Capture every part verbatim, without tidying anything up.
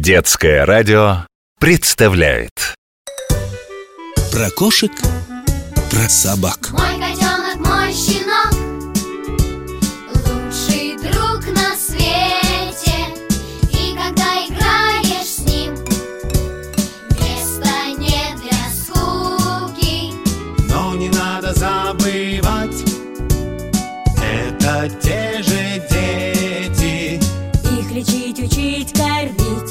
Детское радио представляет про кошек, про собак. Мой котенок, мой щенок, лучший друг на свете. И когда играешь с ним, места нет для скуки. Но не надо забывать, это те же дети. Их лечить, учить, кормить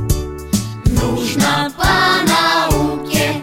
Нужно по науке.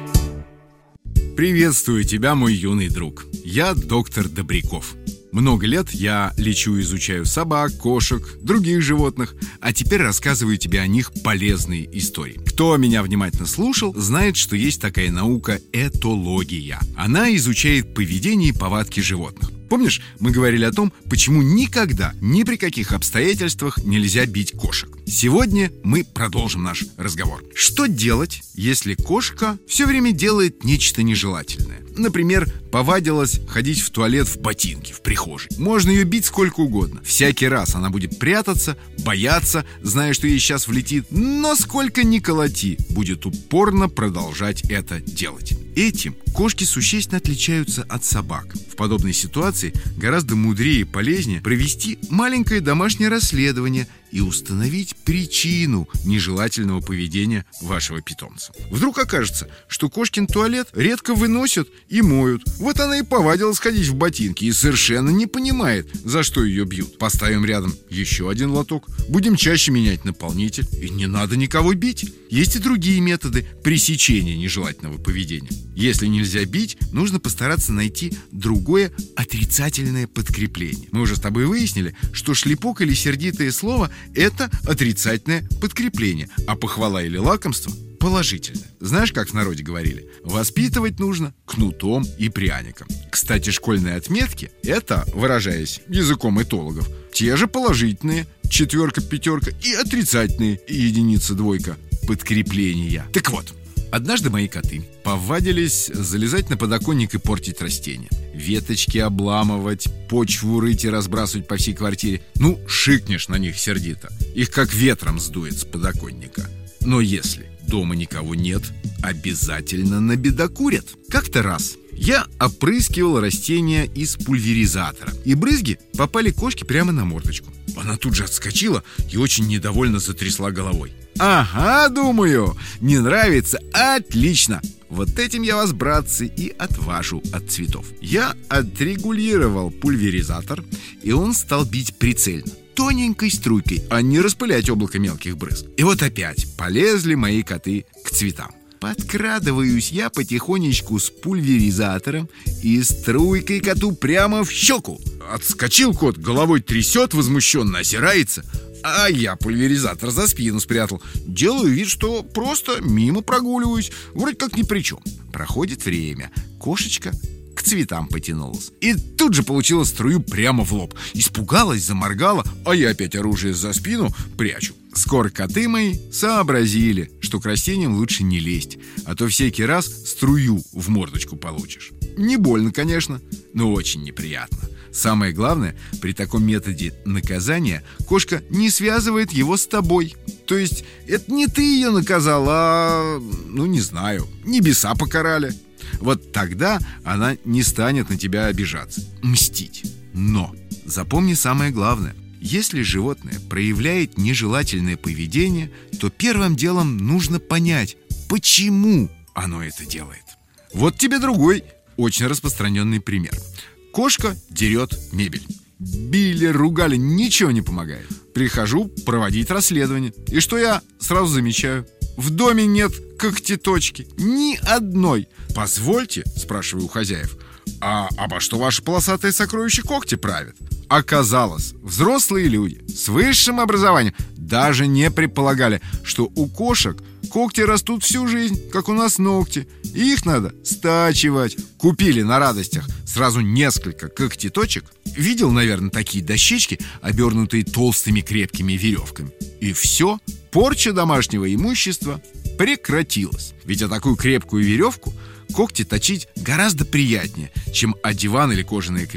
Приветствую тебя, мой юный друг. Я доктор Добряков. Много лет я лечу и изучаю собак, кошек, других животных, а теперь рассказываю тебе о них полезные истории. Кто меня внимательно слушал, знает, что есть такая наука этология. Она изучает поведение и повадки животных. Помнишь, мы говорили о том, почему никогда, ни при каких обстоятельствах нельзя бить кошек? Сегодня мы продолжим наш разговор. Что делать, если кошка все время делает нечто нежелательное? Например, повадилась ходить в туалет в ботинке в прихожей. Можно ее бить сколько угодно. Всякий раз она будет прятаться, бояться, зная, что ей сейчас влетит. Но сколько ни колоти, будет упорно продолжать это делать. Этим кошки существенно отличаются от собак. В подобной ситуации гораздо мудрее и полезнее провести маленькое домашнее расследование и установить причину нежелательного поведения вашего питомца. Вдруг окажется, что кошкин туалет редко выносят и моют. Вот она и повадилась ходить в ботинки и совершенно не понимает, за что ее бьют. Поставим рядом еще один лоток, будем чаще менять наполнитель, и не надо никого бить. Есть и другие методы пресечения нежелательного поведения. Если нельзя бить, нужно постараться найти другое отрицательное подкрепление. Мы уже с тобой выяснили, что шлепок или сердитое слово – это отрицательное подкрепление, а похвала или лакомство – положительное. Знаешь, как в народе говорили? Воспитывать нужно кнутом и пряником. Кстати, школьные отметки – это, выражаясь языком этологов, те же положительные – четверка, пятерка, и отрицательные – единица, двойка – подкрепления. Так вот, однажды мои коты повадились залезать на подоконник и портить растения. Веточки обламывать, почву рыть и разбрасывать по всей квартире. Ну, шикнешь на них сердито. Их как ветром сдует с подоконника. Но если дома никого нет, обязательно набедокурят. Как-то раз я опрыскивал растения из пульверизатора, и брызги попали кошке прямо на мордочку. Она тут же отскочила и очень недовольно затрясла головой. Ага, думаю, не нравится? Отлично! Вот этим я вас, братцы, и отважу от цветов. Я отрегулировал пульверизатор, и он стал бить прицельно, тоненькой струйкой, а не распылять облако мелких брызг. И вот опять полезли мои коты к цветам. Подкрадываюсь я потихонечку с пульверизатором и струйкой коту прямо в щеку. Отскочил кот, головой трясет, возмущенно озирается, а я пульверизатор за спину спрятал. Делаю вид, что просто мимо прогуливаюсь, вроде как ни при чем. Проходит время, кошечка к цветам потянулась и тут же получила струю прямо в лоб. Испугалась, заморгала, а я опять оружие за спину прячу. Скоро коты мои сообразили, что к растениям лучше не лезть, а то всякий раз струю в мордочку получишь. Не больно, конечно, но очень неприятно. Самое главное, при таком методе наказания кошка не связывает его с тобой. То есть это не ты ее наказал, а, ну не знаю, небеса покарали. Вот тогда она не станет на тебя обижаться, мстить. Но запомни самое главное. Если животное проявляет нежелательное поведение, то первым делом нужно понять, почему оно это делает. Вот тебе другой, очень распространенный пример. Кошка дерет мебель. Били, ругали, ничего не помогает. Прихожу проводить расследование. И что я сразу замечаю? В доме нет когтеточки, ни одной. Позвольте, спрашиваю у хозяев, а обо что ваши полосатые сокровища когти правят? Оказалось, взрослые люди с высшим образованием даже не предполагали, что у кошек когти растут всю жизнь, как у нас ногти, и их надо стачивать. Купили на радостях сразу несколько когтеточек. Видел, наверное, такие дощечки, обернутые толстыми крепкими веревками. И все, порча домашнего имущества прекратилась. Ведь о такую крепкую веревку когти точить гораздо приятнее, чем о диван или кожаное кресло.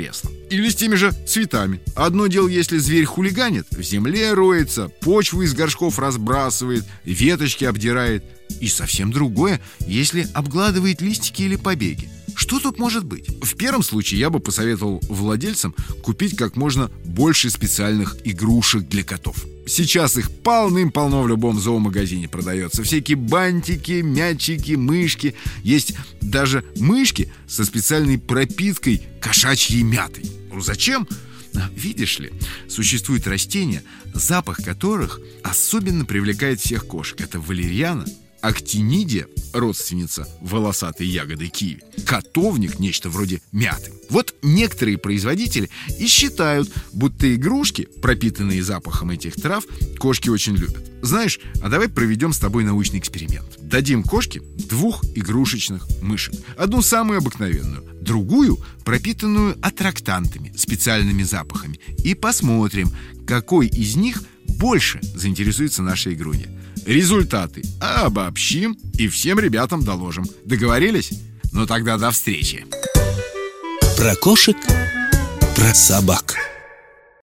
Или с теми же цветами. Одно дело, если зверь хулиганит, в земле роется, почву из горшков разбрасывает, веточки обдирает. И совсем другое, если обгладывает листики или побеги. Что тут может быть? В первом случае я бы посоветовал владельцам купить как можно больше специальных игрушек для котов. Сейчас их полным-полно в любом зоомагазине продается. Всякие бантики, мячики, мышки. Есть даже мышки со специальной пропиткой кошачьей мятой. Ну зачем? Видишь ли, существуют растения, запах которых особенно привлекает всех кошек. Это валерьяна, актинидия, родственница волосатой ягоды киви, котовник, нечто вроде мяты. Вот некоторые производители и считают, будто игрушки, пропитанные запахом этих трав, кошки очень любят. Знаешь, а давай проведем с тобой научный эксперимент. Дадим кошке двух игрушечных мышек. Одну самую обыкновенную, другую пропитанную аттрактантами, специальными запахами. И посмотрим, какой из них больше заинтересуется нашей игрунья. Результаты обобщим и всем ребятам доложим. Договорились? Ну тогда до встречи. Про кошек, про собак.